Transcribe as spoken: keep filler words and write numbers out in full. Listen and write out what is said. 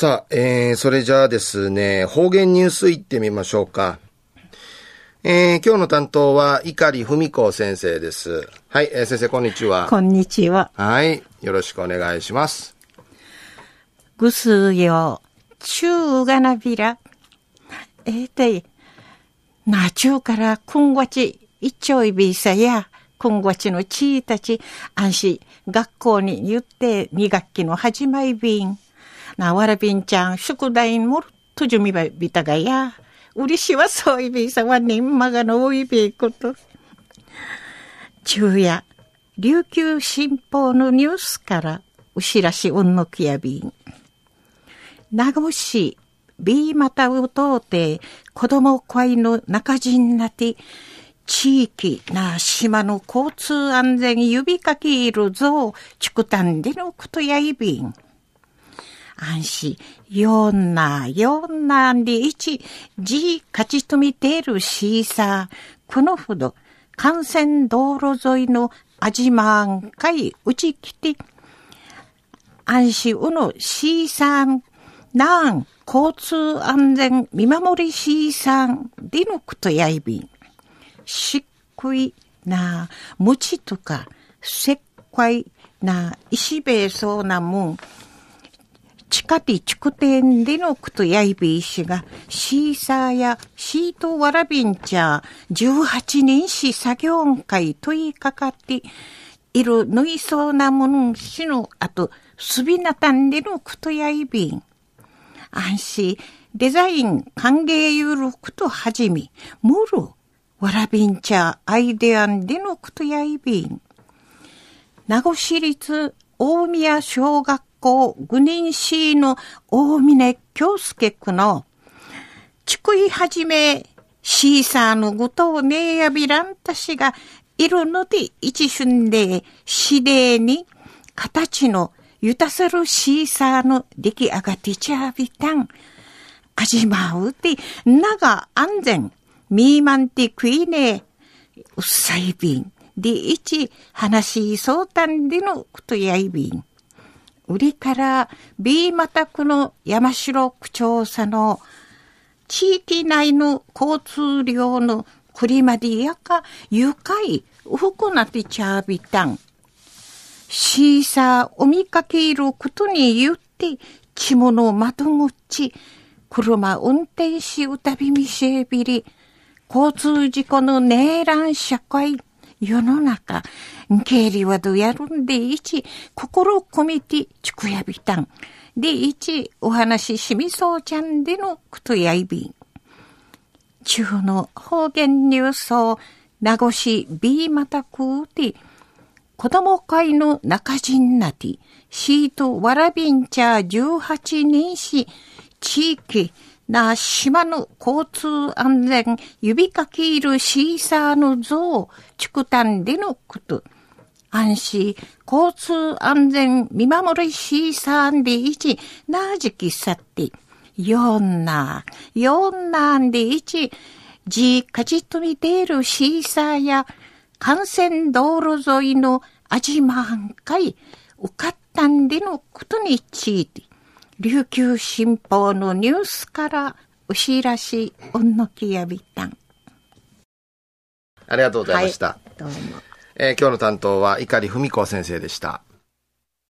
さあ、えー、それじゃあですね、方言ニュースいってみましょうか。えー、今日の担当は碇文子先生です。はい、えー、先生こんにちは。 こんにちは。 はい、よろしくお願いします。 ぐすよ、ちゅうがなびら。えーて、なちゅうからくんわち、いっちょいびさや、くんわちのちいたち、あんし、学校に言ってに学期の始まりびん。なわらびんちゃん、宿題もるとじゅみばびたがや。うりしはそういびさはにんまがのおいびこと。昼夜、琉球新報のニュースからうしらしうんのきやびん。名護市、ビーマタウトーテ、子供会の中陣なて、地域な島の交通安全指かけいるぞ、ちくたんでのことやいびん。安心、よんな、よんなんでいち、じ、勝ちとみているシーサー、このほど、幹線道路沿いのあじまんかいうちきて、安心うのシーサー、なん交通安全見守りシーサーでのことやいびん。しっくいな、むちとか、せっかいな、石べえそうなもん、ちかてちくてんでのくとやいびいしが、シーサーやシートわらびんちゃ、じゅうはちにんし作業会といかかって、いるぬいそうなものしの、あと、すびなたんでのくとやいびん。安心、デザイン歓迎ゆるくとはじみ、むる、わらびんちゃアイデアンでのくとやいびん。名護市立大宮小学校ぐにん市の大峰京介区のちくいはじめシーサーのぐとねやびらんたしがいるので一瞬でしでに形のゆたさるシーサーの出来上がってちゃびたん。あじまうて長安全ミーマンティクイネうっさいびん。でいち話しそうたんでのことやいびん。売りからビーマタクの山城区調査の地域内の交通量のクリマディやか愉快うふくなってちゃびたん。シーサーお見かけることに言ってちもの窓口車運転しうたびみせびり交通事故のねえらん社会世の中、経理はどやるんでいち、心込めてちくやびたん。でいち、お話ししみそうちゃんでのことやいびん。中の方言ニュースを名護市ビーマタクうて、子供会の中陣なて、シートわらびんちゃじゅうはちにんし、地域、な島の交通安全指かけるシーサーの像ちくたんでのこと。安心交通安全見守りシーサーでいちなじきさってよんなよんなんでいちじかじとみているシーサーや幹線道路沿いのあじまんかいうかったんでのことについて琉球新報のニュースからうしらしおんのきやびたん。 ありがとうございました。 はい、どうも。 えー、今日の担当は碇文子先生でした。